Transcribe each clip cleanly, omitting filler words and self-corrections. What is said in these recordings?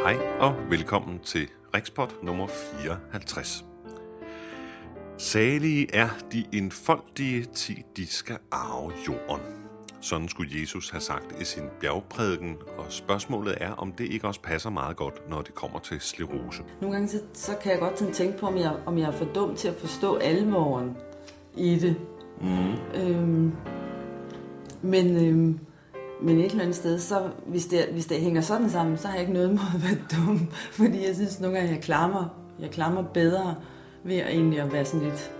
Hej og velkommen til Rikspot nummer 54. Salige er de enfoldige, ti de skal arve jorden. Sådan skulle Jesus have sagt i sin bjergprædiken, og spørgsmålet er, om det ikke også passer meget godt, når det kommer til sklerose. Nogle gange så kan jeg godt tænke på, om jeg er for dum til at forstå alvoren i det. Men et eller andet sted, så hvis det hænger sådan sammen, så har jeg ikke noget mod at være dum. Fordi jeg synes nogle gange, jeg klamrer bedre ved at være sådan lidt...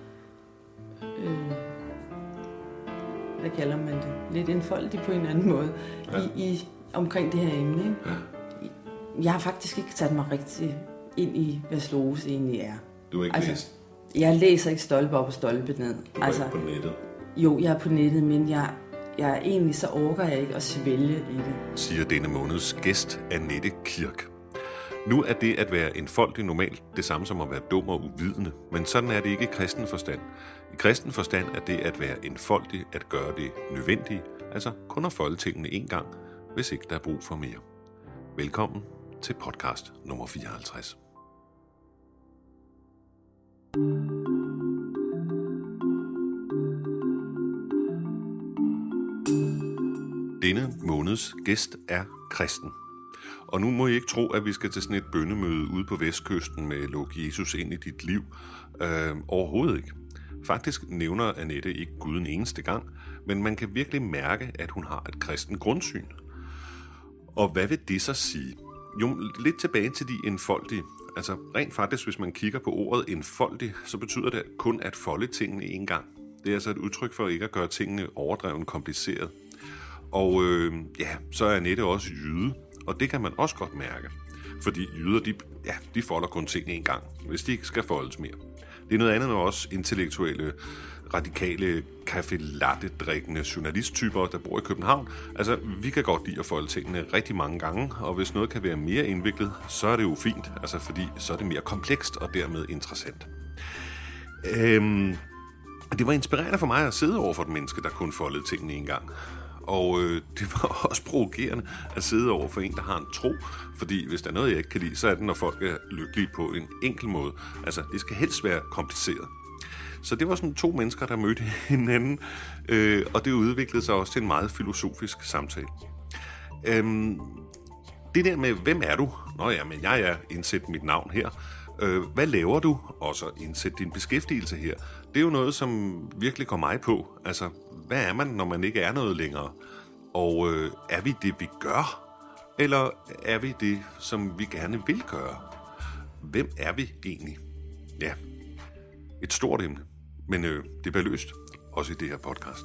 hvad kalder man det? Lidt enfoldig på en anden måde. Ja. Omkring det her emne. Ikke? Ja. Jeg har faktisk ikke sat mig rigtig ind i, hvad sklerose egentlig er. Du har ikke læst? Jeg læser ikke stolpe op og stolpe ned. Du er ikke på nettet? Jo, jeg er på nettet, men jeg egentlig så orker jeg ikke at svælge i det. Siger denne måneds gæst, Annette Kirk. Nu er det at være enfoldig normalt det samme som at være dum og uvidende, men sådan er det ikke i kristen forstand. I kristen forstand er det at være enfoldig at gøre det nødvendige, altså kun at folde tingene en gang, hvis ikke der er brug for mere. Velkommen til podcast nummer 54. Denne måneds gæst er kristen. Og nu må I ikke tro, at vi skal til sådan et bønnemøde ude på Vestkysten med at lukke Jesus ind i dit liv. Overhovedet ikke. Faktisk nævner Annette ikke Gud en eneste gang, men man kan virkelig mærke, at hun har et kristen grundsyn. Og hvad vil det så sige? Jo, lidt tilbage til de enfoldige. Altså rent faktisk, hvis man kigger på ordet enfoldig, så betyder det kun at folde tingene en gang. Det er altså et udtryk for ikke at gøre tingene overdrevet kompliceret. Og så er Annette også jyde, og det kan man også godt mærke. Fordi jyder, de folder kun tingene en gang, hvis de ikke skal foldes mere. Det er noget andet med os intellektuelle, radikale, café latte-drikkende journalisttyper, der bor i København. Altså, vi kan godt lide at folde tingene rigtig mange gange, og hvis noget kan være mere indviklet, så er det jo fint, altså fordi så er det mere komplekst og dermed interessant. Det var inspirerende for mig at sidde over for et menneske, der kun foldede tingene en gang. Og det var også provokerende at sidde over for en, der har en tro. Fordi hvis der er noget, jeg ikke kan lide, så er det, når folk er lykkelige på en enkel måde. Altså, det skal helst være kompliceret. Så det var sådan to mennesker, der mødte hinanden. Og det udviklede sig også til en meget filosofisk samtale. Det der med, hvem er du? Nå ja, men jeg er indsæt mit navn her. Hvad laver du? Og så indsæt din beskæftigelse her. Det er jo noget, som virkelig går mig på. Altså, hvad er man, når man ikke er noget længere? Og er vi det, vi gør? Eller er vi det, som vi gerne vil gøre? Hvem er vi egentlig? Ja, et stort emne. Men det bliver løst, også i det her podcast.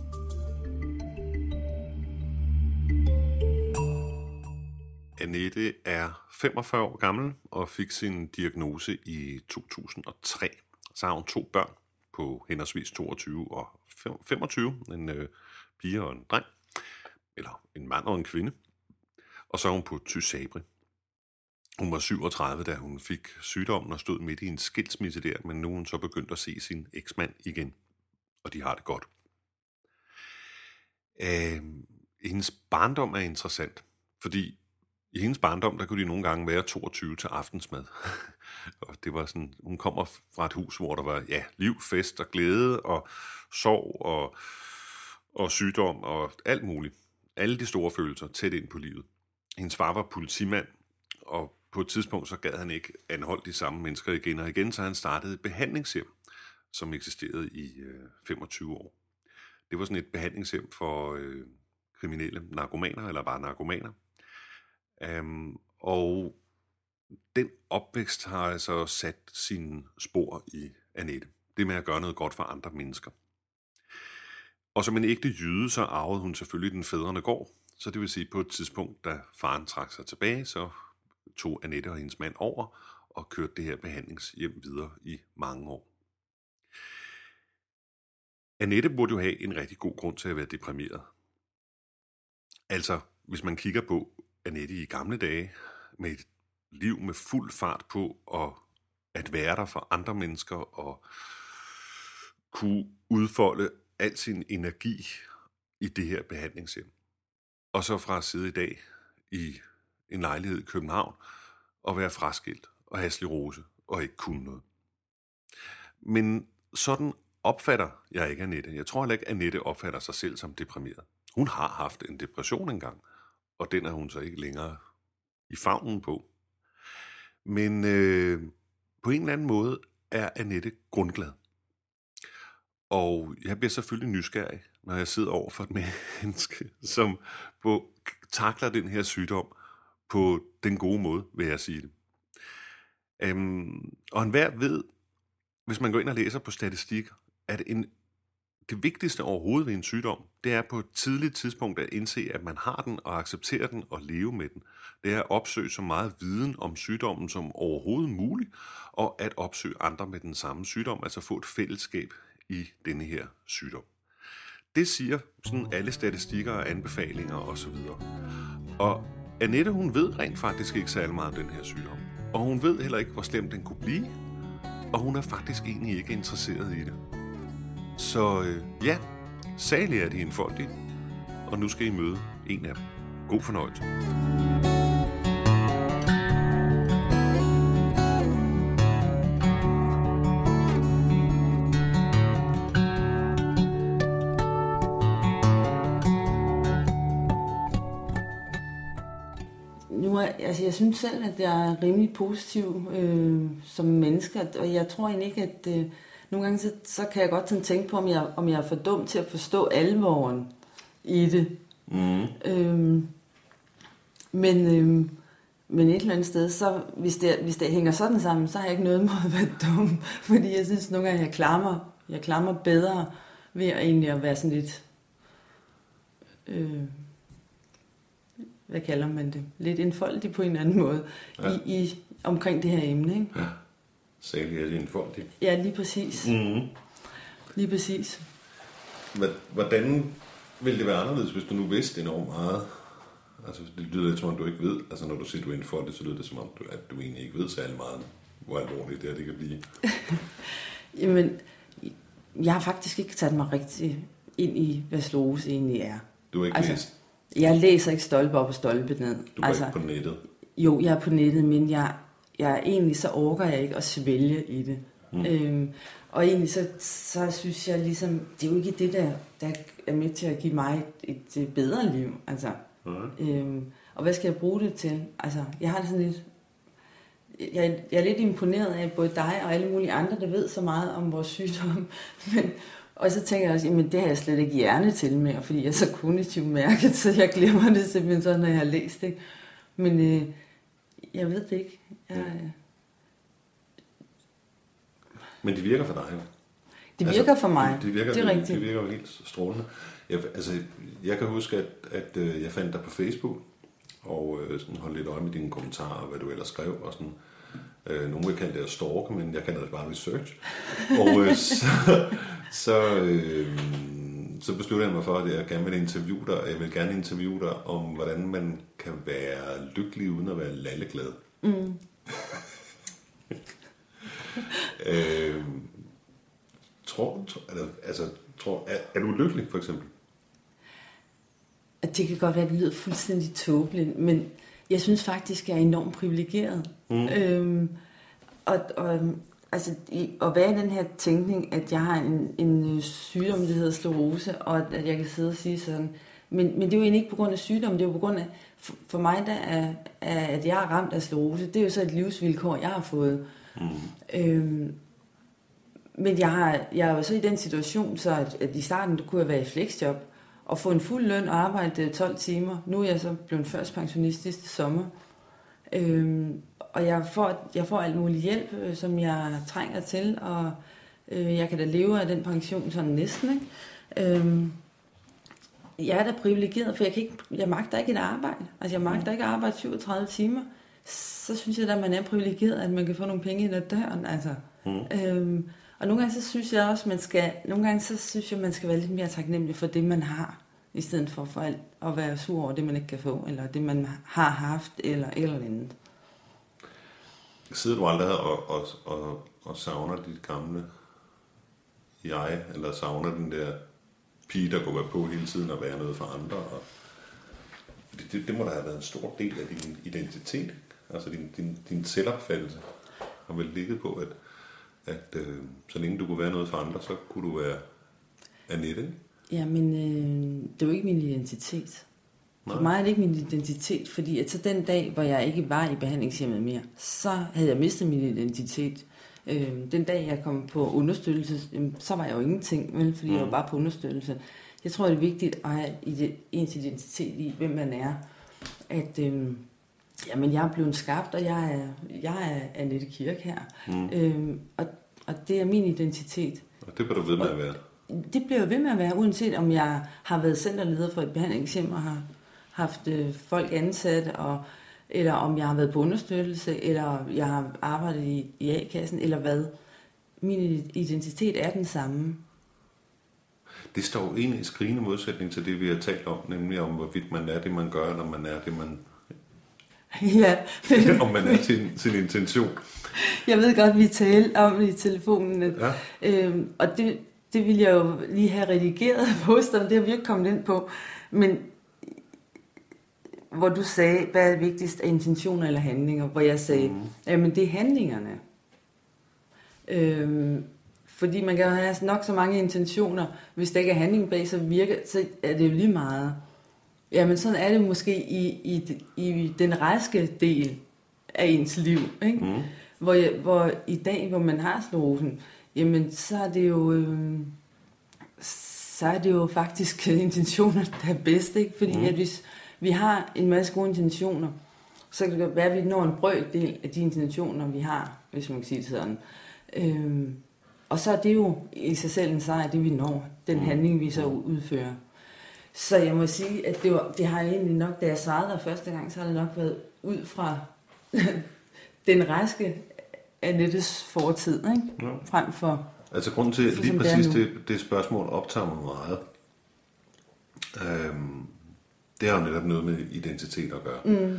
Annette er 45 år gammel og fik sin diagnose i 2003. Så har hun 2 børn på henholdsvis 22 og 25, en pige og en dreng, eller en mand og en kvinde. Og så er hun på Tysabri. Hun var 37, da hun fik sygdommen og stod midt i en skilsmisse der, men nu er hun så begyndt at se sin eksmand igen, og de har det godt. Hendes barndom er interessant, fordi i hendes barndom, der kunne de nogle gange være 22 til aftensmad. Og det var sådan, hun kommer fra et hus, hvor der var liv, fest og glæde og sorg og sygdom og alt muligt. Alle de store følelser tæt ind på livet. Hendes far var politimand, og på et tidspunkt så gad han ikke anholde de samme mennesker igen og igen, så han startede et behandlingshjem, som eksisterede i 25 år. Det var sådan et behandlingshjem for kriminelle narkomaner, eller bare narkomaner. Og den opvækst har altså sat sine spor i Annette. Det med at gøre noget godt for andre mennesker. Og som en ægte jyde, så arvede hun selvfølgelig den fædrene gård. Så det vil sige, på et tidspunkt, da faren trak sig tilbage, så tog Annette og hendes mand over og kørte det her behandlingshjem videre i mange år. Annette burde jo have en rigtig god grund til at være deprimeret. Altså, hvis man kigger på Annette i gamle dage, med et liv med fuld fart på, og at være der for andre mennesker, og kunne udfolde al sin energi i det her behandlingshjem. Og så fra at sidde i dag i en lejlighed i København og være fraskilt og have sklerose og ikke kunne noget. Men sådan opfatter jeg ikke Annette. Jeg tror heller ikke, Annette opfatter sig selv som deprimeret. Hun har haft en depression engang, og den er hun så ikke længere i favnen på. Men på en eller anden måde er Annette grundglad. Og jeg bliver selvfølgelig nysgerrig, når jeg sidder over for et menneske, som takler den her sygdom på den gode måde, vil jeg sige det. Og enhver ved, hvis man går ind og læser på statistik, at det vigtigste overhovedet ved en sygdom, det er på et tidligt tidspunkt at indse, at man har den og acceptere den og leve med den. Det er at opsøge så meget viden om sygdommen som overhovedet muligt, og at opsøge andre med den samme sygdom, altså få et fællesskab i denne her sygdom. Det siger sådan alle statistikker og anbefalinger osv. Og Annette, hun ved rent faktisk ikke særlig meget om den her sygdom. Og hun ved heller ikke, hvor slem den kunne blive. Og hun er faktisk egentlig ikke interesseret i det. Så ja, salig er de enfoldige. Og nu skal I møde en af dem. God fornøjelse. Jeg synes selv, at jeg er rimelig positiv som menneske, og jeg tror egentlig ikke, at nogle gange så kan jeg godt sådan tænke på, om jeg er for dum til at forstå alvoren i det. Men et eller andet sted, så hvis det hænger sådan sammen, så har jeg ikke noget mod at være dum, fordi jeg synes nogle gange, jeg klamrer bedre ved at være sådan lidt... hvad kalder man det? Lidt enfoldig på en eller anden måde i omkring det her emne, ikke? Ja, særligt er det enfoldig. Ja, lige præcis. Mm-hmm. Lige præcis. Hvordan ville det være anderledes, hvis du nu vidste enormt meget? Altså, det lyder lidt som om, du ikke ved. Altså, når du siger, du er enfoldig, så lyder det som om, at du egentlig ikke ved særlig meget, hvor alvorligt det kan blive. Jamen, jeg har faktisk ikke sat mig rigtig ind i, hvad sklerose egentlig er. Du har ikke læst? Jeg læser ikke stolpe op og stolpe ned. Du er ikke på nettet? Jo, jeg er på nettet, men jeg egentlig så orker jeg ikke at svælge i det. Og egentlig så synes jeg ligesom, det er jo ikke det, der er med til at give mig et bedre liv. Altså. Og hvad skal jeg bruge det til? Altså, jeg har sådan lidt... Jeg er lidt imponeret af både dig og alle mulige andre, der ved så meget om vores sygdom. Og så tænker jeg også, jamen det har jeg slet ikke hjerne til mere, fordi jeg er så kognitivt mærket, så jeg glemmer det simpelthen så, når jeg har læst det. Men jeg ved det ikke. Men det virker for dig jo. Det virker for mig. Det virker, det er rigtigt. Det virker jo helt strålende. Jeg kan huske, at jeg fandt dig på Facebook, og sådan holdt lidt øje med dine kommentarer, og hvad du ellers skrev, og sådan. Nogle vil kalde det at stalke, men jeg kalder det bare research. Og så besluttede jeg mig for, at jeg gerne vil interviewe dig, og jeg vil gerne interviewe dig om, hvordan man kan være lykkelig uden at være lalleglad. Er du lykkelig, for eksempel? Det kan godt være, at det lyder fuldstændig tåbeligt, men jeg synes faktisk, jeg er enormt privilegeret. Altså, at være i den her tænkning, at jeg har en sygdom, der hedder sklerose, og at jeg kan sidde og sige sådan, men det er jo egentlig ikke på grund af sygdom, det er jo på grund af, for mig, at jeg er ramt af sklerose, det er jo så et livsvilkår, jeg har fået. Men jeg er jo så i den situation, så at i starten, der kunne jeg være i flexjob, og få en fuld løn og arbejde 12 timer. Nu er jeg så blevet førstpensionist sidste sommer. Og jeg får alt muligt hjælp, som jeg trænger til, og jeg kan da leve af den pension sådan næsten, ikke? Jeg er da privilegeret, for jeg magter ikke et arbejde. Altså jeg magter ikke at arbejde 37 timer. Så synes jeg da, at man er privilegeret, at man kan få nogle penge ind ad døren. Altså. Og nogle gange så synes jeg også, man skal være lidt mere taknemmelig for det, man har, i stedet for alt at være sur over det, man ikke kan få, eller det, man har haft, eller andet. Sidder du aldrig og savner dit gamle jeg, eller savner den der pige, der går på hele tiden og være noget for andre? det må da have været en stor del af din identitet. Altså din selvopfattelse har vel ligget på, at så længe du kunne være noget for andre, så kunne du være Annette. Jamen, det er jo ikke min identitet. For mig er det ikke min identitet, fordi at så den dag, hvor jeg ikke var i behandlingshjemmet mere, så havde jeg mistet min identitet. Den dag, jeg kom på understøttelse, så var jeg jo ingenting, vel, fordi jeg var bare på understøttelse. Jeg tror, det er vigtigt at have ens identitet i, hvem man er. At jamen, jeg er blevet skabt, og jeg er Annette Kirk her. Og det er min identitet. Og det bliver du ved med at være? Det bliver jeg ved med at være, uanset om jeg har været centerleder for et behandlingshjem og har haft folk ansat, eller om jeg har været på understøttelse, eller jeg har arbejdet i A-kassen, eller hvad. Min identitet er den samme. Det står jo egentlig i skrigende modsætning til det, vi har talt om, nemlig om, hvorvidt man er det, man gør, eller man er det, man... Ja. Om man er sin intention. Jeg ved godt, vi talte om det i telefonen, og det ville jeg jo lige have redigeret på, så det har vi ikke kommet ind på. Men hvor du sagde, hvad er vigtigst af intentioner eller handlinger, hvor jeg sagde, jamen det er handlingerne. Fordi man kan have nok så mange intentioner, hvis der ikke er handling bag, så er det jo lige meget. Jamen sådan er det måske i den raske del af ens liv, ikke? Hvor i dag, hvor man har sklerosen, jamen så er det jo faktisk intentioner, der er bedst, ikke? Fordi at hvis vi har en masse gode intentioner, så kan det godt være, at vi når en brøkdel af de intentioner, vi har, hvis man kan sige det sådan. Og så er det jo i sig selv en sejr, det vi når, den handling, vi så udfører. Så jeg må sige, at det har egentlig nok, da jeg svarede der første gang, så har det nok været ud fra den raske Annettes fortid, ikke? Ja. Frem for... Altså grunden til, lige præcis det spørgsmål optager mig meget. Det har jo netop noget med identitet at gøre.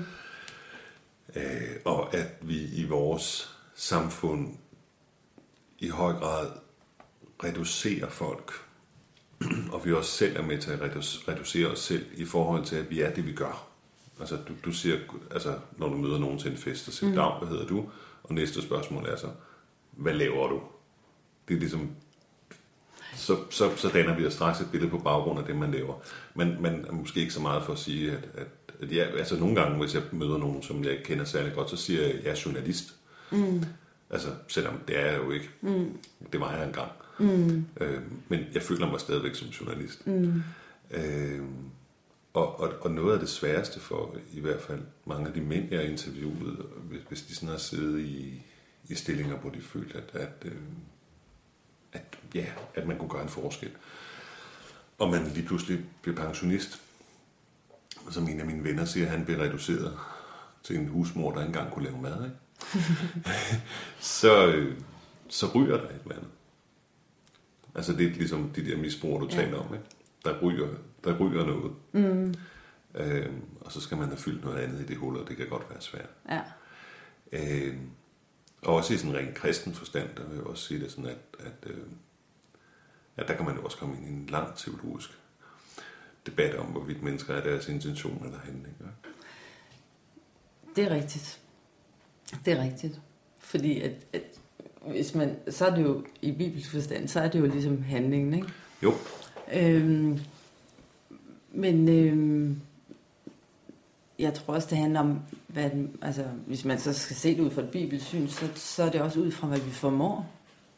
Og at vi i vores samfund i høj grad reducerer folk, og vi også selv er med til at reducere os selv i forhold til, at vi er det, vi gør. Altså du siger, altså når du møder nogen til en fest, så siger Dag, hvad hedder du? Og næste spørgsmål er så, hvad laver du? Det er ligesom, så danner vi os straks et billede på baggrund af det, man laver. Men man er måske ikke så meget for at sige, at jeg, altså nogle gange, hvis jeg møder nogen, som jeg ikke kender særlig godt, så siger jeg, at jeg er journalist. Altså, selvom det er jeg jo ikke. Det var jeg engang. Men jeg føler mig stadigvæk som journalist. Og noget af det sværeste for i hvert fald mange af de mænd, jeg har interviewet, hvis de sådan har siddet i stillinger, hvor de følte, at man kunne gøre en forskel. Og man lige pludselig blev pensionist. Og som en af mine venner siger, han blev reduceret til en husmor, der ikke engang kunne lave mad, ikke? så ryger der et eller andet. Altså det er ligesom de der misbrug, du taler om, ikke? Der ryger noget. Og så skal man have fyldt noget andet i det hul, og det kan godt være svært. Ja. Og også i sådan en rent kristen forstand, der vil jeg også sige det sådan, at der kan man jo også komme ind i en lang teologisk debat om, hvorvidt mennesker er deres intention eller handling. Ja? Det er rigtigt. Det er rigtigt. Fordi at hvis man, så er det jo i bibelsk forstand, så er det jo ligesom handlingen, ikke? Jo. Men jeg tror også, det handler om, altså hvis man så skal se det ud fra et bibelsyn, så er det også ud fra, hvad vi formår.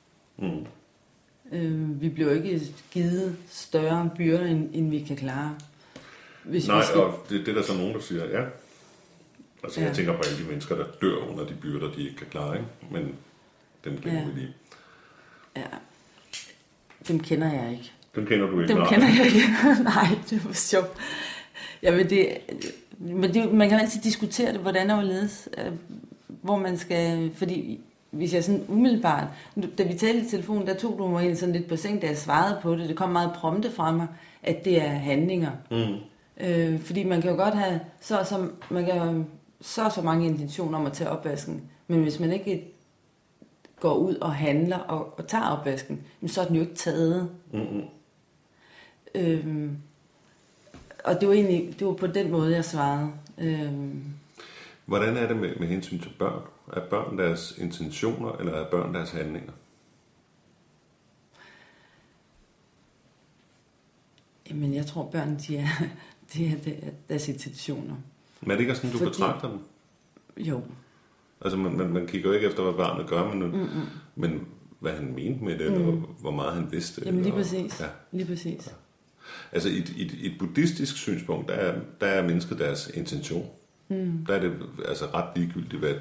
Vi bliver jo ikke givet større byrder, end vi kan klare. Og det er der så nogen, der siger, ja. Altså jeg tænker på alle de mennesker, der dør under de byrder, de ikke kan klare, ikke? Men dem glemmer vi lige. Ja, dem kender jeg ikke. Dem kender du ikke? Dem kender jeg ikke. Nej, det var sjovt. Men man kan altid diskutere det, hvordan der ledes, hvor man skal, fordi hvis jeg sådan umiddelbart, da vi talte i telefonen, der tog du mig ind sådan lidt på seng, da jeg svarede på det, det kom meget prompte fra mig, at det er handlinger. Fordi man kan jo godt have så mange intentioner om at tage opvasken, men hvis man ikke går ud og handler og tager opvasken, så er den jo ikke taget. Og det var på den måde, jeg svarede. Hvordan er det med hensyn til børn? Er børn deres intentioner, eller er børn deres handlinger? Jamen, jeg tror, børn, de er deres intentioner. Men er det ikke sådan, du betragter dem? Jo. Altså, man kigger jo ikke efter, hvad barnet gør, men hvad han mente med det, eller hvor meget han vidste. Jamen, lige præcis. Ja. Lige præcis. Ja. Altså, i et buddhistisk synspunkt, der er mennesket deres intention. Der er det altså ret ligegyldigt, hvad...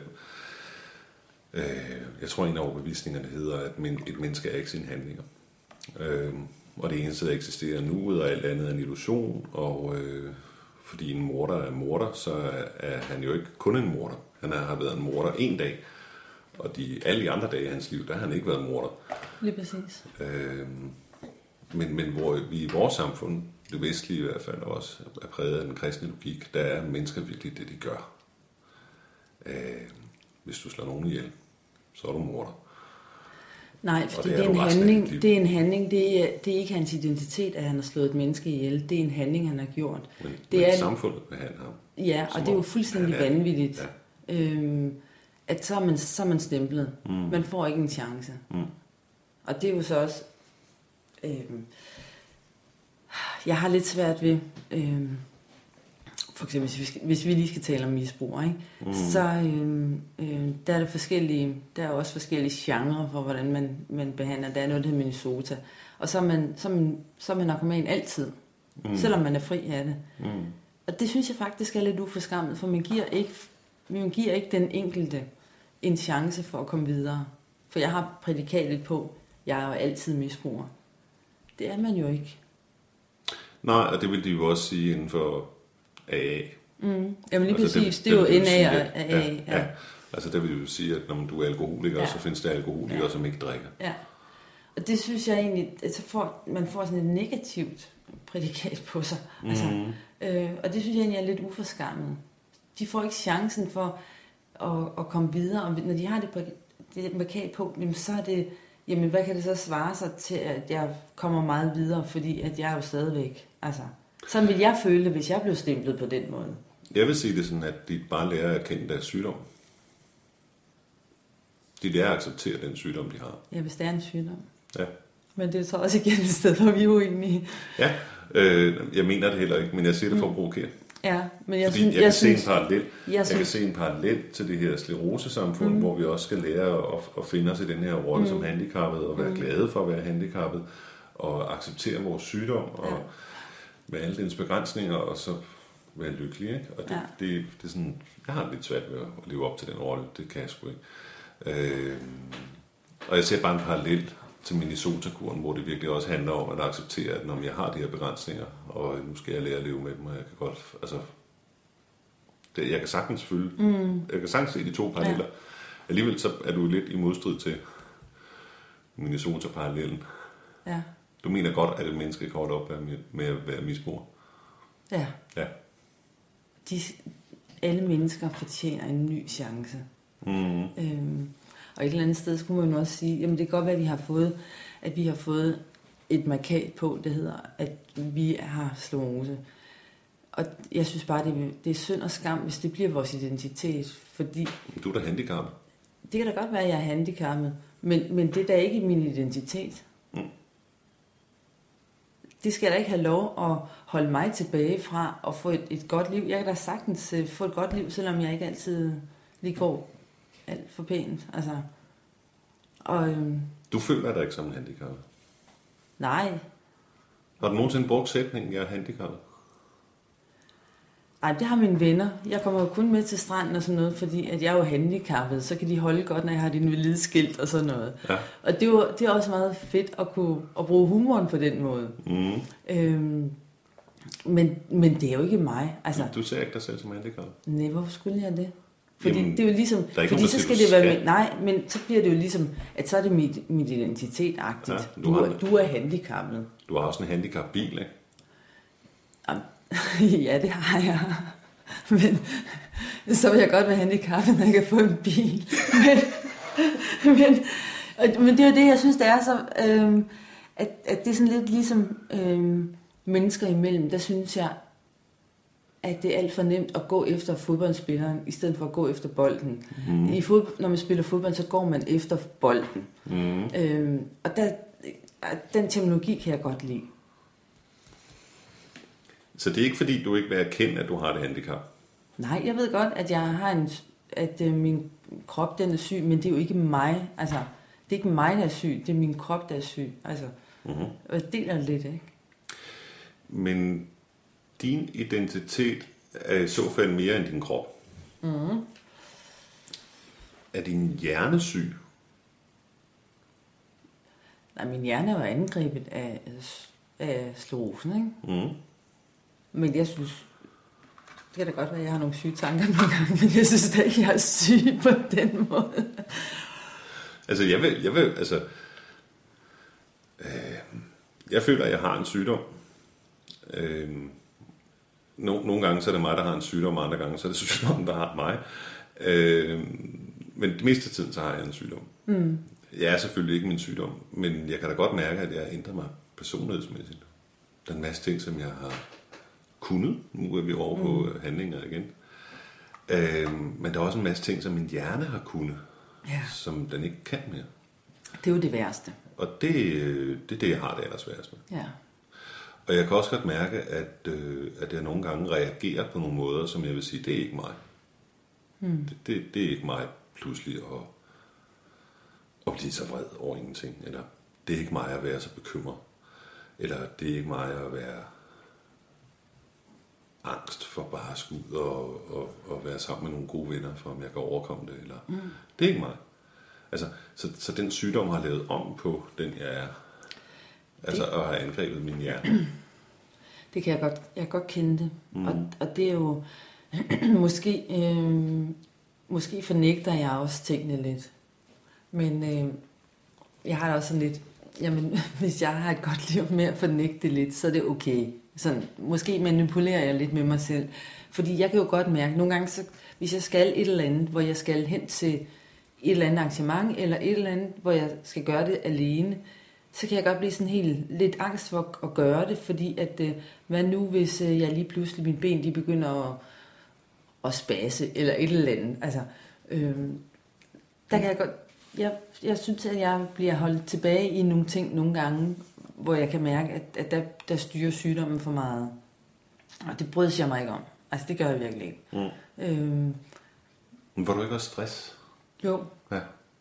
jeg tror, en af overbevisningerne hedder, at et menneske er ikke sine handlinger. Og det eneste, der eksisterer nu, og alt andet er en illusion, og fordi en morder er morder, så er han jo ikke kun en morder. Han har været en morder en dag, og alle de andre dage i hans liv, der har han ikke været morder. Lige præcis. Men hvor vi i vores samfund, det vestlige i hvert fald også, er præget af den kristne logik, der er mennesker virkelig det, de gør. Hvis du slår nogen ihjel, så er du morder. Nej, fordi det er en handling. Det er en handling. Det er ikke hans identitet, at han har slået et menneske ihjel. Det er en handling, han har gjort. Men er samfundet behandler ham. Ja, og det er jo fuldstændig vanvittigt. Ja. At så er man stemplet. Man får ikke en chance. Og det er jo så også... jeg har lidt svært ved... for eksempel, hvis vi lige skal tale om misbrug, ikke? Så der er der forskellige, der er også forskellige genrer for, hvordan man behandler. Der er noget, der hedder Minnesota. Og så er man narkoman altid, selvom man er fri af det. Og det synes jeg faktisk er lidt uforskammet, for man giver ikke den enkelte en chance for at komme videre. For jeg har prædikatet på, jeg er jo altid misbruger. Det er man jo ikke. Nej, og det vil de jo også sige inden for AA. Jamen lige præcis, det er jo NA og AA. Ja. Altså der vil jo sige, at når du er alkoholiker, så findes der alkoholikere, som ikke drikker. Ja, og det synes jeg egentlig, at man får sådan et negativt prædikat på sig. Altså, og det synes jeg egentlig er lidt uforskammet. De får ikke chancen for at komme videre, og når de har det prædikat på, så er det, jamen hvad kan det så svare sig til, at jeg kommer meget videre, fordi at jeg er jo stadigvæk, altså... Sådan vil jeg føle det, hvis jeg blev stemplet på den måde. Jeg vil sige det sådan, at de bare lærer at kende deres sygdom. De lærer at acceptere den sygdom, de har. Ja, hvis det er en sygdom. Ja. Men det er så også igen et sted, hvor vi er uenige. Ja, jeg mener det heller ikke, men jeg siger det for at provokere. Ja, men jeg kan se en parallel til det her sklerosesamfund, hvor vi også skal lære at finde os i den her rolle som handicappet, og være glade for at være handicappet, og acceptere vores sygdom, og med alle dens begrænsninger, og så være lykkelig, ikke? Og det er sådan, jeg har lidt svært ved at leve op til den rolle, det kan jeg sgu ikke. Og jeg ser bare en parallel til Minnesota-kuren, hvor det virkelig også handler om at acceptere, at når jeg har de her begrænsninger, og nu skal jeg lære at leve med dem, og jeg kan godt, altså, jeg kan sagtens følge, jeg kan sagtens se de to paralleller. Alligevel så er du lidt i modstrid til Minnesota-parallellen. Ja. Du mener godt, at et menneske kan holde op med at være misbruger? Ja. Alle mennesker fortjener en ny chance. Og et eller andet sted skulle man også sige, jamen det kan godt være, at vi har fået et markat på, det hedder, at vi har sklerose. Og jeg synes bare, det er synd og skam, hvis det bliver vores identitet, fordi... Du er da handicappet. Det kan da godt være, at jeg er handicappet, men det er da ikke min identitet. Det skal da ikke have lov at holde mig tilbage fra at få et godt liv. Jeg kan da sagtens få et godt liv, selvom jeg ikke altid lige går alt for pænt. Altså, du føler dig ikke som en handicappet? Nej. Har du nogensinde brugt sætningen, jeg er handicappet? Nej, det har mine venner. Jeg kommer jo kun med til stranden og sådan noget, fordi at jeg er jo handicappet. Så kan de holde godt, når jeg har din invalideskilt og sådan noget. Ja. Og det er også meget fedt at bruge humoren på den måde. Men det er jo ikke mig. Altså, du ser ikke dig selv som handicappet? Nej, hvorfor skulle jeg det? Fordi det er jo ligesom... Fordi så skal det være med, nej, men så bliver det jo ligesom, at så er det mit identitet-agtigt. Ja, du er handicappet. Du har også en handicapbil, ikke? Ja, det har jeg. Men så vil jeg godt være handicappet, når jeg kan få en bil. Men det er jo det, jeg synes, det er så... at det er sådan lidt ligesom mennesker imellem, der synes jeg, at det er alt for nemt at gå efter fodboldspilleren, i stedet for at gå efter bolden. Når man spiller fodbold, så går man efter bolden. Og den terminologi kan jeg godt lide. Så det er ikke fordi, du ikke vil erkende, at du har et handicap? Nej, jeg ved godt, at jeg har at min krop den er syg, men det er jo ikke mig. Altså, det er ikke mig, der er syg, det er min krop, der er syg. Altså, jeg deler lidt, ikke? Men din identitet er i så fald mere end din krop. Er din hjerne syg? Nej, min hjerne var angrebet af sklerosen, ikke? Men jeg synes, det kan da godt være, at jeg har nogle syge tanker nogle gange, men jeg synes da ikke, jeg er syg på den måde. Altså, jeg føler, at jeg har en sygdom. Nogle gange så er det mig, der har en sygdom, og andre gange så er det sygdommen, der har mig. Men det meste af tiden, så har jeg en sygdom. Jeg er selvfølgelig ikke min sygdom, men jeg kan da godt mærke, at jeg ændrer mig personlighedsmæssigt. Der er en masse ting, som jeg har kunnet. Nu er vi over på handlinger igen. Men der er også en masse ting, som min hjerne har kunnet, som den ikke kan mere. Det er jo det værste. Og det er det, jeg har det allersværest med. Ja. Og jeg kan også godt mærke, at jeg nogle gange reagerer på nogle måder, som jeg vil sige, det er ikke mig. Det er ikke mig pludselig at blive så vred over ingenting. Eller det er ikke mig at være så bekymret. Eller det er ikke mig at være angst for bare at skulle ud og være sammen med nogle gode venner, for om jeg kan overkomme det. Eller det er ikke mig. Altså, så den sygdom har lavet om på den, jeg er. Altså at have angrebet min hjerne. Det kan jeg godt kende det. Og det er jo måske fornægter jeg også tingene lidt. Men jeg har da også sådan lidt, jamen hvis jeg har et godt liv med at fornægte det lidt, så er det okay. Sådan, måske manipulerer jeg lidt med mig selv. Fordi jeg kan jo godt mærke, nogle gange, så, hvis jeg skal et eller andet, hvor jeg skal hen til et eller andet arrangement, eller et eller andet, hvor jeg skal gøre det alene, så kan jeg godt blive sådan helt lidt angst for at gøre det, fordi at, hvad nu, hvis jeg lige pludselig, mine ben, de begynder at spase, eller et eller andet. Altså, der kan jeg godt, jeg synes, at jeg bliver holdt tilbage i nogle ting nogle gange, hvor jeg kan mærke, at der styrer sygdommen for meget. Og det bryder jeg mig ikke om. Altså, det gør jeg virkelig ikke. Men får du ikke også stress? Jo. Ja.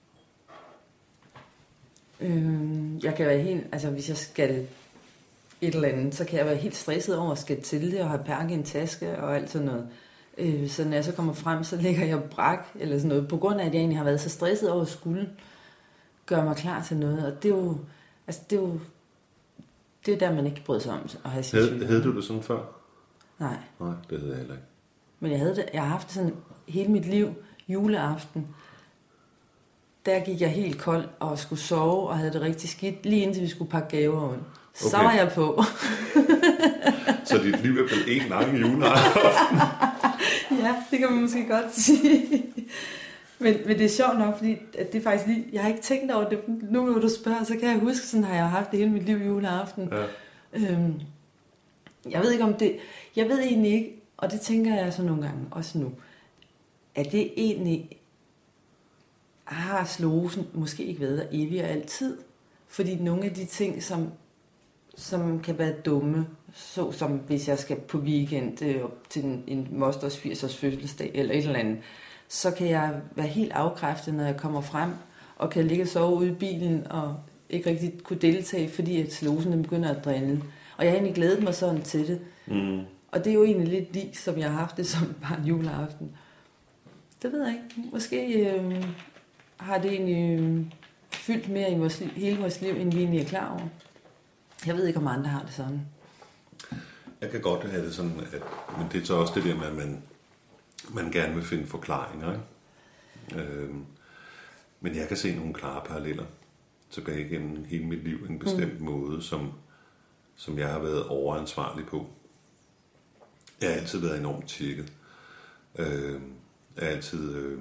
Jeg kan være helt, altså hvis jeg skal et eller andet, så kan jeg være helt stresset over at skal til det, og have pakket en taske og alt sådan noget. Så når jeg så kommer frem, så ligger jeg brak, eller sådan noget, på grund af, at jeg egentlig har været så stresset over at skulle gøre mig klar til noget. Og det er jo, altså det er der, man ikke bryder sig om at have sin sygdom. Havde du det sådan før? Nej. Nej, det havde jeg heller ikke. Men jeg har haft det sådan hele mit liv, juleaften. Der gik jeg helt kold og skulle sove og havde det rigtig skidt, lige indtil vi skulle pakke gaver ind. Så var jeg på. Så dit liv er blevet en lang juleaften? Ja, det kan man måske godt sige. Men det er sjovt nok, fordi at det er faktisk lige, jeg har ikke tænkt over det. Nu når du spørger, så kan jeg huske, sådan har jeg haft det hele mit liv juleaften. Ja. Jeg ved ikke om det, jeg ved egentlig ikke, og det tænker jeg så nogle gange, også nu, at det egentlig har sklerosen måske ikke været der evigt og altid. Fordi nogle af de ting, som kan være dumme, så som hvis jeg skal på weekend til en mosters 80-års fødselsdag eller et eller andet, så kan jeg være helt afkræftet, når jeg kommer frem, og kan ligge og sove ude i bilen og ikke rigtig kunne deltage, fordi at sklerosen begynder at drille. Og jeg har egentlig glædet mig sådan til det. Og det er jo egentlig lidt lige, som jeg har haft det som barn juleaften. Det ved jeg ikke. Måske har det egentlig fyldt mere i hele vores liv, end vi egentlig er klar over. Jeg ved ikke, om andre har det sådan. Jeg kan godt have det sådan, men det er så også det der med, at man gerne vil finde forklaringer. Ikke? Men jeg kan se nogle klare paralleller tilbage gennem hele mit liv, en bestemt måde, som jeg har været overansvarlig på. Jeg har altid været enormt tjekket. Jeg har altid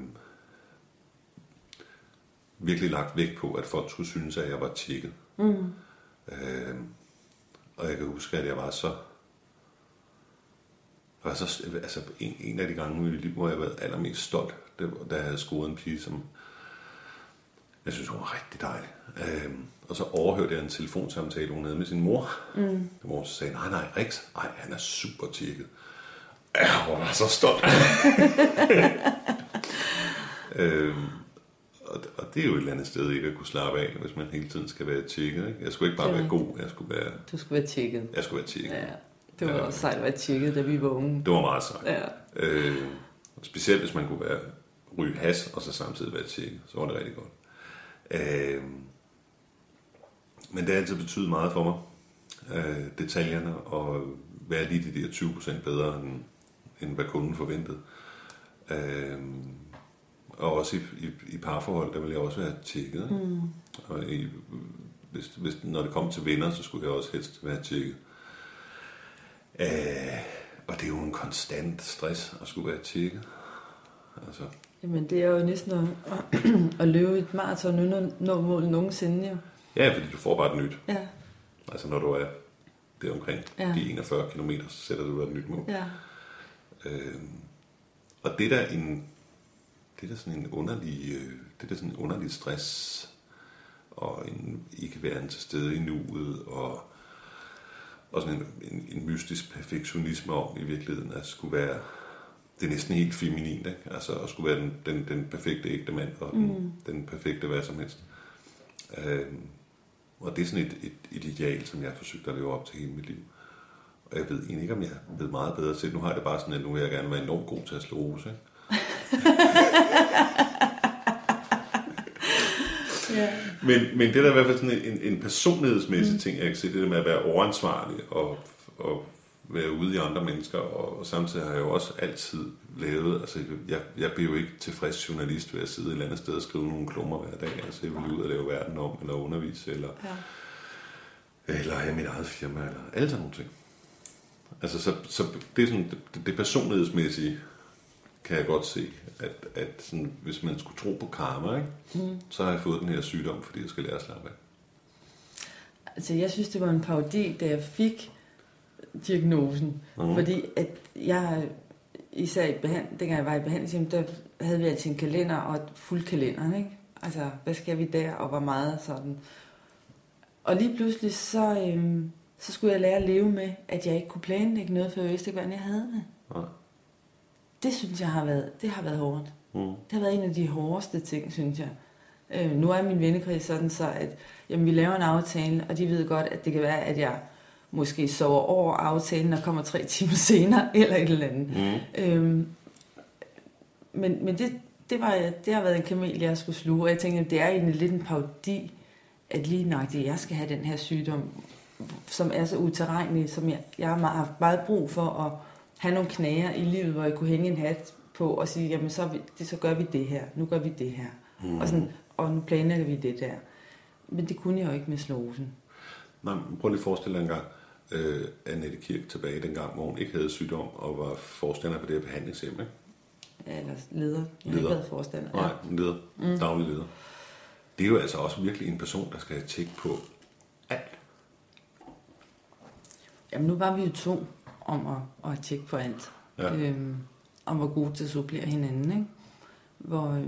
virkelig lagt vægt på, at folk skulle synes, at jeg var tjekket. Og jeg kan huske, at jeg var så Og så, altså, en af de gange i mit liv, hvor jeg har været allermest stolt, det var, da jeg havde scoret en pige, som jeg synes, hun var rigtig dejlig. Og så overhørte jeg en telefonsamtale, hun havde med sin mor. Hvor hun sagde, nej, Rix, han er super tjekket. Ja, hun var så stolt. Og det er jo et eller andet sted ikke at kunne slappe af, hvis man hele tiden skal være tjekket. Ikke? Jeg skulle ikke bare være god, Du skulle være tjekket. Jeg skulle være tjekket. Ja, det var også sejt at være tjekket, da vi var unge. Det var meget sejt. Ja. Specielt hvis man kunne ryge has, og så samtidig være tjekket. Så var det rigtig godt. Men det har altid betydet meget for mig. Detaljerne, og være lige de der 20% bedre, end hvad kunden forventede. Og også i parforhold, der ville jeg også være tjekket. Og når det kom til venner, så skulle jeg også helst være tjekket. Og det er jo en konstant stress at skulle være tjekket. Altså. Jamen det er jo næsten at løbe et maraton uden at nå mål nogensinde jo. Ja, fordi du får bare et nyt. Ja. Altså når du er der omkring de 41 kilometer, så sætter du et nyt mål. Ja. Og det er sådan en underlig stress og en ikke være til stede i nuet og sådan en mystisk perfektionisme om i virkeligheden at skulle være, det er næsten helt feminin, ikke? Altså at skulle være den perfekte ægte mand og den perfekte hvad som helst. Og det er sådan et ideal, som jeg har forsøgt at leve op til hele mit liv. Og jeg ved egentlig ikke, om jeg er blevet meget bedre til. Nu har jeg det bare sådan, at nu vil jeg gerne være enormt god til at slå rose, ikke? Yeah. Men det er da i hvert fald sådan en personlighedsmæssig ting, jeg kan se, det der med at være overansvarlig og være ude i andre mennesker, og samtidig har jeg jo også altid lavet, altså jeg bliver jo ikke tilfreds journalist ved at sidde et eller andet sted og skrive nogle klummer hver dag, altså jeg vil ud og lave verden om, eller undervise, eller have mit eget firma, eller alle sådan nogle ting. Altså så det er sådan, det personlighedsmæssige, kan jeg godt se, at sådan, hvis man skulle tro på karma, ikke? Så har jeg fået den her sygdom, fordi jeg skal lære at slappe af. Altså, jeg synes, det var en parodi, da jeg fik diagnosen. Fordi at jeg, især dengang jeg var i behandling, der havde vi altid en kalender og et fuld kalender, ikke? Altså, hvad skal vi der, og hvor meget sådan. Og lige pludselig, så skulle jeg lære at leve med, at jeg ikke kunne planlægge noget, for jeg vidste ikke, hvordan jeg havde det. Ja. Det synes jeg har været hårdt. Det har været en af de hårdeste ting, synes jeg. Nu er min vennekreds sådan så, at jamen, vi laver en aftale, og de ved godt, at det kan være, at jeg måske sover over aftalen og kommer 3 timer senere, eller et eller andet. Men det har været en kamel, jeg skulle sluge, og jeg tænkte, at det er egentlig lidt en parodi, at lige nøjagtigt, jeg skal have den her sygdom, som er så utilregnelig, som jeg har haft meget brug for at have nogle knager i livet, hvor jeg kunne hænge en hat på og sige, jamen så gør vi det her, nu gør vi det her, og nu planlægger vi det der. Men det kunne jeg jo ikke med sklerosen. Nej, prøv lige at forestille dig en gang, Annette Kirk tilbage dengang, hvor hun ikke havde sygdom og var forstander på det her behandlingshjem, ikke? Ja, eller leder. Jeg har ikke været forstander. Nej, leder. Daglig leder. Det er jo altså også virkelig en person, der skal tjekke på alt. Jamen nu var vi jo 2 om at tjekke på alt. Ja. Om hvor gode til at supplere hinanden, ikke? Hvor,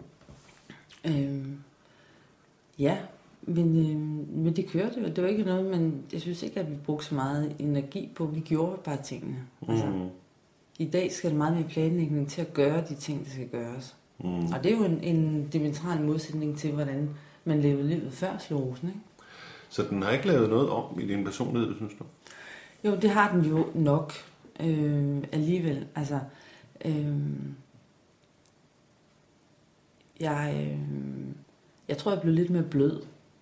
ja, men det kørte jo. Det var ikke noget, men jeg synes ikke, at vi brugte så meget energi på. Vi gjorde bare tingene. Altså, i dag skal det meget mere planlægning til at gøre de ting, der skal gøres. Og det er jo en diametral modsætning til, hvordan man levede livet før sklerosen, ikke? Så den har ikke lavet noget om i din personlighed, synes du? Jo, det har den jo nok alligevel. Altså, jeg tror, jeg blev lidt mere blød.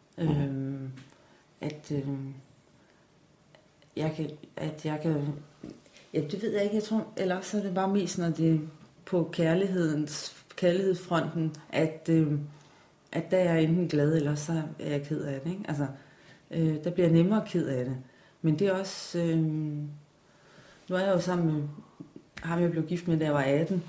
Jeg kan... Ja, det ved jeg ikke. Jeg tror, eller så er det bare mest, når det er på kærlighedsfronten, at der er jeg enten glad, eller så er jeg ked af det, ikke? Altså, der bliver jeg nemmere ked af det. Men det er også... nu er jeg jo sammen med ham, jeg blev gift med, da jeg var 18.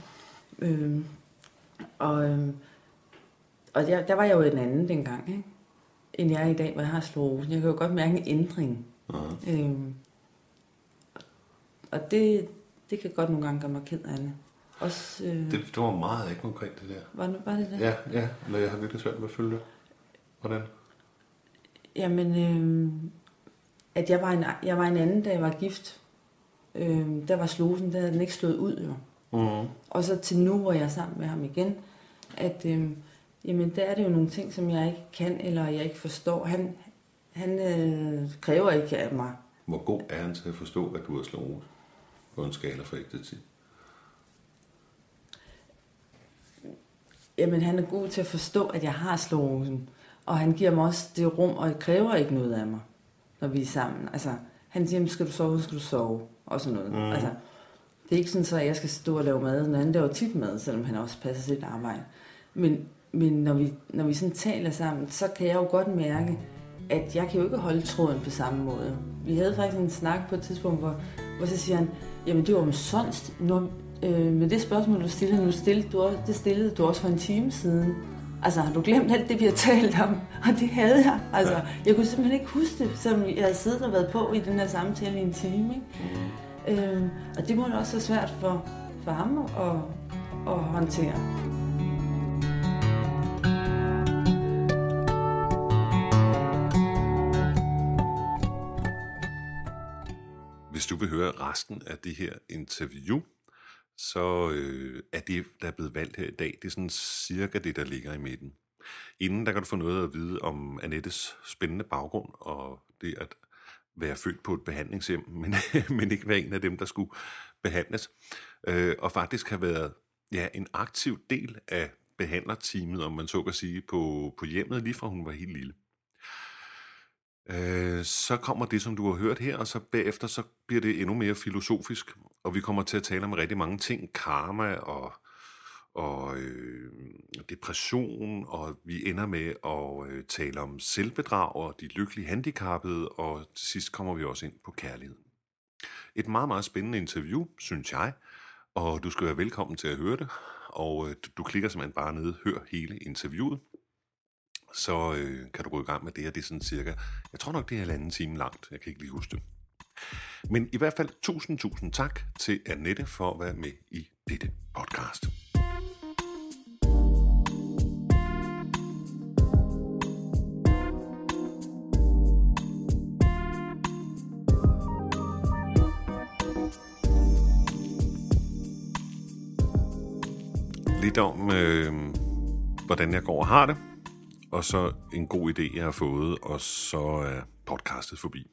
Og der var jeg jo en anden dengang, ikke? End jeg er i dag, hvor jeg har sklerosen. Jeg kan jo godt mærke en ændring. Og det det kan godt nogle gange gøre mig ked af det. Også, det var meget ikke konkret, det der. Var det det? Ja, men jeg har virkelig svært med at følge det. Hvordan? Jamen, at jeg var en anden, da jeg var gift. Der var slosen, der havde den ikke slået ud, jo. Mm-hmm. Og så til nu, hvor jeg er sammen med ham igen, at jamen, der er det jo nogle ting, som jeg ikke kan, eller jeg ikke forstår. Han kræver ikke af mig. Hvor god er han til at forstå, at du har slået på en skala fra 1 til 10? Jamen, han er god til at forstå, at jeg har slåsen. Og han giver mig også det rum, og kræver ikke noget af mig, når vi er sammen. Altså, han siger, skal du sove, og sådan noget. Mm. Altså, det er ikke sådan, at jeg skal stå og lave mad, når han laver tit mad, selvom han også passer sit arbejde. Men når vi sådan taler sammen, så kan jeg jo godt mærke, at jeg kan jo ikke holde tråden på samme måde. Vi havde faktisk en snak på et tidspunkt, hvor så siger han, jamen det var omsonst, med det spørgsmål, du stillede, det stillede du også for en time siden. Altså, har du glemt alt det, vi har talt om? Og det havde jeg. Altså, jeg kunne simpelthen ikke huske det, selvom jeg havde siddet og været på i den her samtale i en time. Ikke? Og det må da også være svært for ham at håndtere. Hvis du vil høre resten af det her interview, så er det, der er blevet valgt her i dag, det er sådan cirka det, der ligger i midten. Inden der kan du få noget at vide om Annettes spændende baggrund, og det at være født på et behandlingshjem, men ikke være en af dem, der skulle behandles. Og faktisk have været en aktiv del af behandlerteamet, om man så kan sige, på hjemmet, lige fra hun var helt lille. Så kommer det, som du har hørt her, og så bagefter så bliver det endnu mere filosofisk, og vi kommer til at tale om rigtig mange ting, karma og depression, og vi ender med at tale om selvbedrag og de lykkelige handicappede, og til sidst kommer vi også ind på kærlighed. Et meget, meget spændende interview, synes jeg, og du skal være velkommen til at høre det, og du klikker simpelthen bare ned, hør hele interviewet. Så kan du gå i gang med det, og det er sådan cirka, jeg tror nok, det er 1,5 time langt, jeg kan ikke lige huske det. Men i hvert fald 1000 tak til Annette for at være med i dette podcast. Lidt om, hvordan jeg går og har det. Og så en god idé, jeg har fået, og så er podcastet forbi.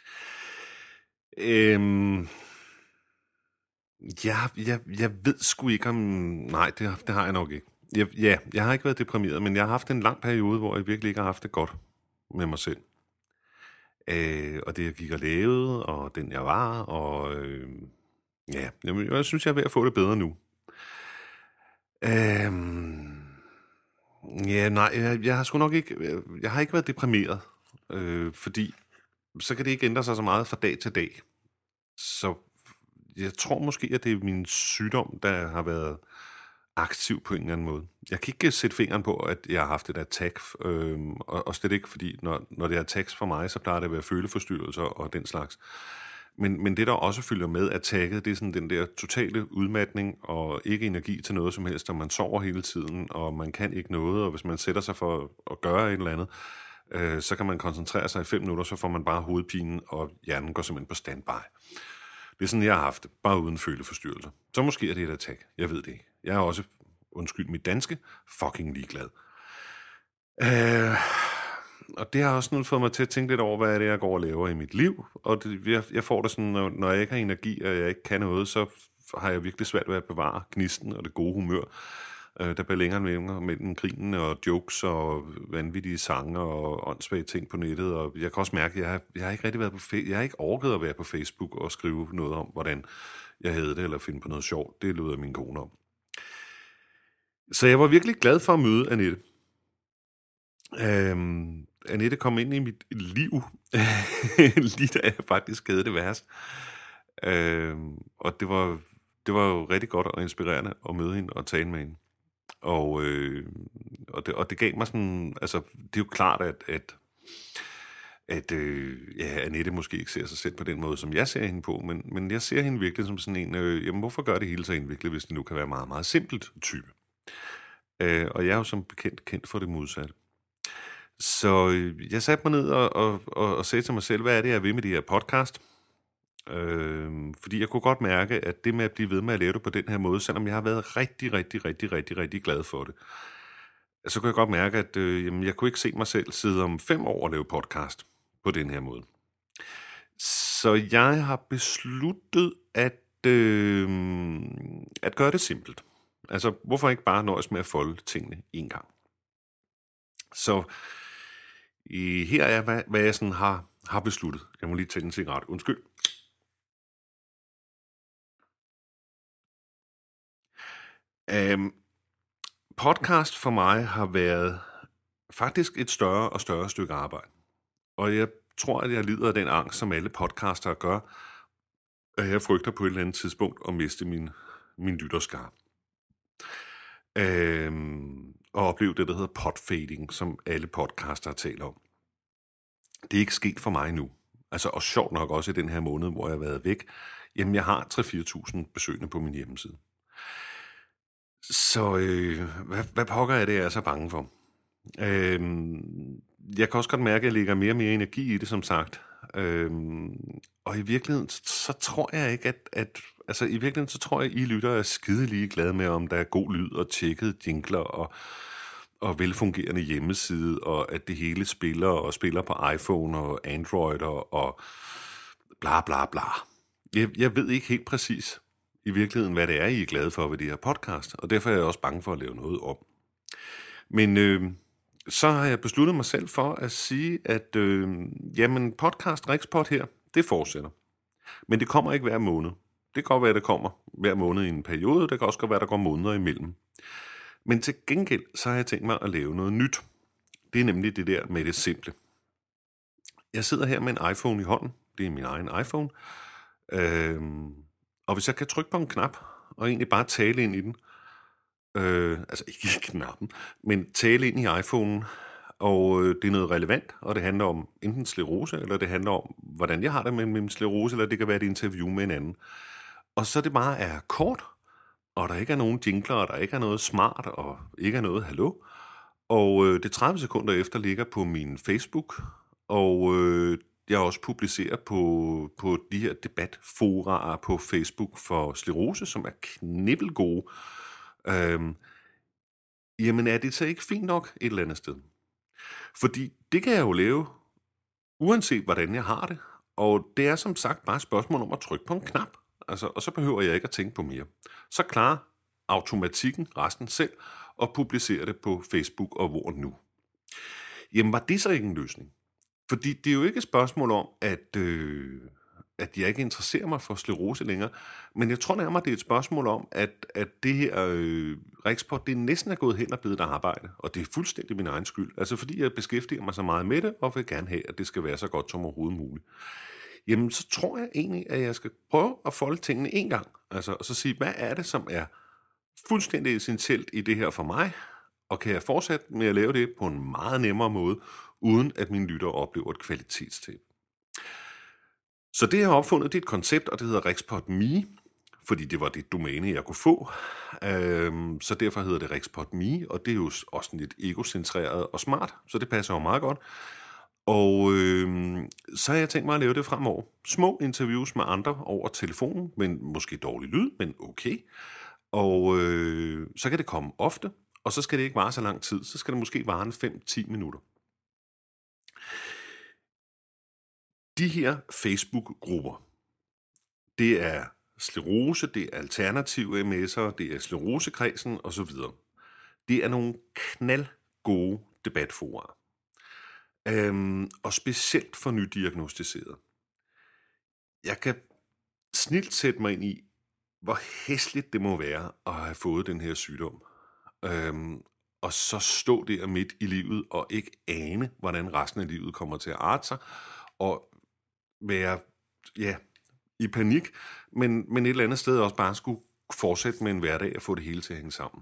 Jeg ved sgu ikke om... Nej, det har jeg nok ikke. Jeg har ikke været deprimeret, men jeg har haft en lang periode, hvor jeg virkelig ikke har haft det godt med mig selv. Og det, jeg gik og lavede, og den, jeg var, og... jeg synes, jeg er ved at få det bedre nu. Jeg har sgu nok ikke... Jeg har ikke været deprimeret, fordi så kan det ikke ændre sig så meget fra dag til dag. Så jeg tror måske, at det er min sygdom, der har været aktiv på en eller anden måde. Jeg kan ikke sætte fingeren på, at jeg har haft et attack, og slet ikke, fordi når det er attacks for mig, så plejer det at være føleforstyrrelser og den slags. Men det, der også følger med attacket, det er sådan den der totale udmatning og ikke energi til noget som helst, og man sover hele tiden, og man kan ikke noget, og hvis man sætter sig for at gøre et eller andet, så kan man koncentrere sig i 5 minutter, så får man bare hovedpine, og hjernen går simpelthen på standby. Det er sådan, jeg har haft det, bare uden føleforstyrrelser. Så måske er det et attack, jeg ved det ikke. Jeg er også, undskyld mit danske, fucking ligeglad. Og det har også nu fået mig til at tænke lidt over, hvad er det, jeg går og laver i mit liv. Og jeg får det sådan, når jeg ikke har energi, og jeg ikke kan noget, så har jeg virkelig svært ved at bevare gnisten og det gode humør. Der bliver længere mellem grinen og jokes og vanvittige sange og åndssvage ting på nettet. Og jeg kan også mærke, at jeg har ikke rigtig været jeg har ikke orket at være på Facebook og skrive noget om, hvordan jeg havde det, eller finde på noget sjovt. Det lød af min kone om. Så jeg var virkelig glad for at møde Annette. Annette kom ind i mit liv, lige da jeg faktisk havde det værst. Og det var jo rigtig godt og inspirerende at møde hende og tale med hende. Og det gav mig sådan, altså det er jo klart, at at Annette måske ikke ser sig selv på den måde, som jeg ser hende på, men jeg ser hende virkelig som sådan en, jamen hvorfor gør det hele så indviklet, hvis det nu kan være meget, meget simpelt type. Og jeg er jo som bekendt kendt for det modsatte. Så jeg satte mig ned og sagde til mig selv, hvad er det, jeg vil med det her podcast? Fordi jeg kunne godt mærke, at det med at blive ved med at lave det på den her måde, selvom jeg har været rigtig glad for det, så kunne jeg godt mærke, at jeg kunne ikke se mig selv sidde om 5 år og lave podcast på den her måde. Så jeg har besluttet at gøre det simpelt. Altså, hvorfor ikke bare nøjes med at folde tingene en gang? Så her er, hvad jeg sådan har besluttet. Jeg må lige tænde en cigaret. Undskyld. Podcast for mig har været faktisk et større og større stykke arbejde. Og jeg tror, at jeg lider af den angst, som alle podcaster gør, at jeg frygter på et eller andet tidspunkt at miste min lytterskare. Og opleve det, der hedder podfading, som alle podcaster taler om. Det er ikke sket for mig nu. Altså, og sjovt nok også i den her måned, hvor jeg har været væk. Jamen, jeg har 3-4.000 besøgende på min hjemmeside. Så hvad pokker er det, jeg er så bange for? Jeg kan også godt mærke, at jeg lægger mere og mere energi i det, som sagt. Og i virkeligheden, så tror jeg ikke, i virkeligheden, så tror jeg, I lytter er skide ligeglade med, om der er god lyd og tjekket jingler og velfungerende hjemmeside, og at det hele spiller på iPhone og Android og bla bla bla. Jeg ved ikke helt præcis i virkeligheden, hvad det er, I er glade for ved det her podcast, og derfor er jeg også bange for at lave noget om. Men så har jeg besluttet mig selv for at sige, at jamen podcast Rikspot her, det fortsætter. Men det kommer ikke hver måned. Det kan godt være, at det kommer hver måned i en periode, det kan også godt være, at der går måneder imellem. Men til gengæld, så har jeg tænkt mig at lave noget nyt. Det er nemlig det der med det simple. Jeg sidder her med en iPhone i hånden. Det er min egen iPhone. Og hvis jeg kan trykke på en knap, og egentlig bare tale ind i den, altså ikke i knappen, men tale ind i iPhonen, og det er noget relevant, og det handler om enten sklerose, eller det handler om, hvordan jeg har det med min sklerose, eller det kan være et interview med en anden. Og så det bare er kort, og der ikke er nogen jingler, og der ikke er noget smart, og ikke er noget hallo. Og det 30 sekunder efter ligger på min Facebook, og jeg også publicerer på de her debatforaer på Facebook for sklerose, som er knibbelgode. Jamen er det så ikke fint nok et eller andet sted? Fordi det kan jeg jo lave, uanset hvordan jeg har det. Og det er som sagt bare et spørgsmål om at trykke på en knap. Altså, og så behøver jeg ikke at tænke på mere. Så klarer automatikken resten selv og publicerer det på Facebook og hvor nu. Jamen var det så ikke en løsning? Fordi det er jo ikke et spørgsmål om, at jeg ikke interesserer mig for sklerose længere, men jeg tror nærmere, det er et spørgsmål om, at det her Rikspot, det næsten er gået hen og blevet et arbejde, og det er fuldstændig min egen skyld. Altså fordi jeg beskæftiger mig så meget med det, og vil gerne have, at det skal være så godt som overhovedet muligt. Jamen så tror jeg egentlig, at jeg skal prøve at folde tingene en gang, altså, og så sige, hvad er det, som er fuldstændig essentielt i det her for mig, og kan jeg fortsætte med at lave det på en meget nemmere måde, uden at mine lyttere oplever et kvalitetstab. Så det, jeg har opfundet, det er et koncept, og det hedder Rikspot Me, fordi det var det domæne, jeg kunne få. Så derfor hedder det Rikspot Me, og det er jo også lidt egocentreret og smart, så det passer jo meget godt. Og så har jeg tænkt mig at lave det fremover. Små interviews med andre over telefonen, men måske dårlig lyd, men okay. Og så kan det komme ofte, og så skal det ikke vare så lang tid. Så skal det måske vare 5-10 minutter. De her Facebook-grupper, det er sklerose, det er alternative MS'ere, det er sklerosekredsen osv. Det er nogle knaldgode debatforer. Og specielt for nydiagnostiseret. Jeg kan snilt sætte mig ind i, hvor hæsligt det må være at have fået den her sygdom. Og så stå der midt i livet og ikke ane, hvordan resten af livet kommer til at arte sig, og være i panik, men et eller andet sted også bare skulle fortsætte med en hverdag og få det hele til at hænge sammen.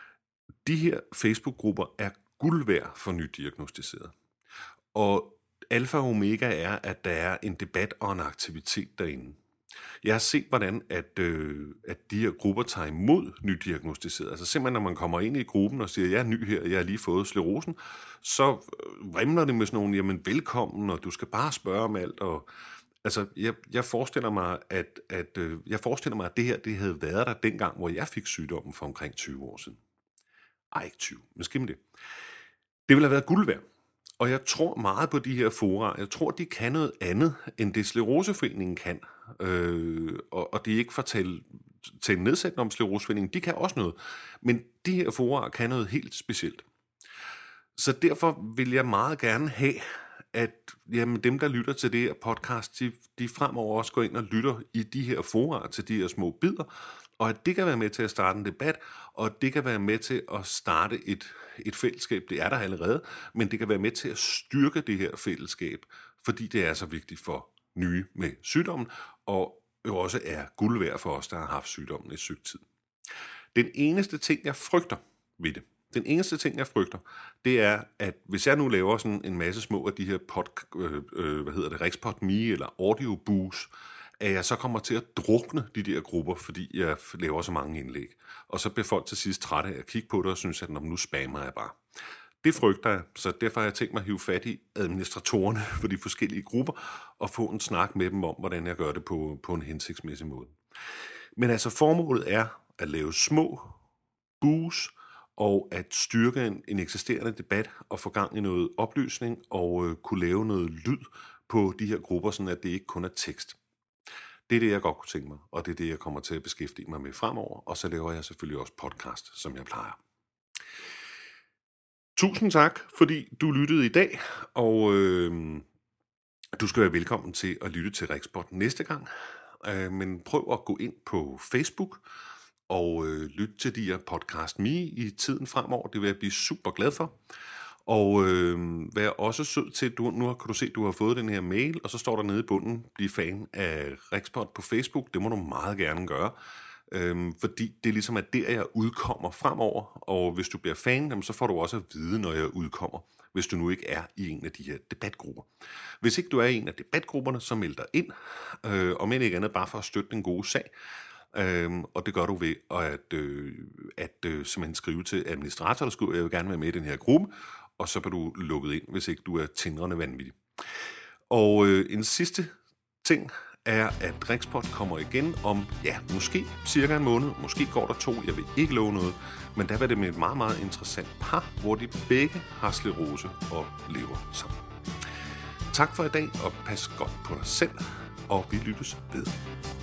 De her Facebook-grupper er guld værd for nydiagnostiseret. Og alfa og omega er, at der er en debat og en aktivitet derinde. Jeg har set, hvordan at de her grupper tager imod nydiagnostiseret. Altså simpelthen, når man kommer ind i gruppen og siger, jeg er ny her, jeg har lige fået sklerosen, så vrimler det med sådan nogle, jamen velkommen, og du skal bare spørge om alt. Og, altså, jeg forestiller mig, at det her, det havde været der dengang, hvor jeg fik sygdommen for omkring 20 år siden. Ej, ikke 20, måske med det. Det ville have været guld værd. Og jeg tror meget på de her fora. Jeg tror, de kan noget andet, end det Skleroseforeningen kan. Og det er ikke for til en nedsættende om Skleroseforeningen. De kan også noget. Men de her fora kan noget helt specielt. Så derfor vil jeg meget gerne have, at jamen, dem, der lytter til det her podcast, de fremover også går ind og lytter i de her fora til de her små bidder, og at det kan være med til at starte en debat, og at det kan være med til at starte et fællesskab. Det er der allerede, men det kan være med til at styrke det her fællesskab, fordi det er så vigtigt for nye med sygdommen, og jo også er guld værd for os, der har haft sygdommen i stykke tid. Den eneste ting, jeg frygter ved det, det er, at hvis jeg nu laver sådan en masse små af de her Rexpod.me eller Audioboost, at jeg så kommer til at drukne de der grupper, fordi jeg laver så mange indlæg. Og så bliver folk til sidst trætte af at kigge på det og synes, at nu spammer jeg bare. Det frygter jeg, så derfor har jeg tænkt mig at hive fat i administratorerne for de forskellige grupper og få en snak med dem om, hvordan jeg gør det på en hensigtsmæssig måde. Men altså formålet er at lave små boosts og at styrke en eksisterende debat og få gang i noget oplysning og kunne lave noget lyd på de her grupper, sådan at det ikke kun er tekst. Det er det, jeg godt kunne tænke mig, og det er det, jeg kommer til at beskæftige mig med fremover, og så laver jeg selvfølgelig også podcast, som jeg plejer. Tusind tak, fordi du lyttede i dag, og du skal være velkommen til at lytte til Rexpod næste gang, men prøv at gå ind på Facebook og lytte til de her podcast.me i tiden fremover. Det vil jeg blive super glad for. Og vær også sød til, nu kan du se, at du har fået den her mail, og så står der nede i bunden, bliv fan af Rexpod på Facebook. Det må du meget gerne gøre, fordi det er ligesom, at der jeg udkommer fremover, og hvis du bliver fan, så får du også at vide, når jeg udkommer, hvis du nu ikke er i en af de her debatgrupper. Hvis ikke du er i en af debatgrupperne, så meld dig ind, og men ikke andet bare for at støtte den gode sag. Og det gør du ved at simpelthen skrive til administrator, der skriver, jeg vil gerne være med i den her gruppe, og så bliver du lukket ind, hvis ikke du er tindrende vanvittig. Og en sidste ting er, at Rexpod kommer igen om, måske cirka en måned, måske går der 2, jeg vil ikke love noget, men der var det med et meget, meget interessant par, hvor de begge har sklerose og lever sammen. Tak for i dag, og pas godt på dig selv, og vi lyttes ved.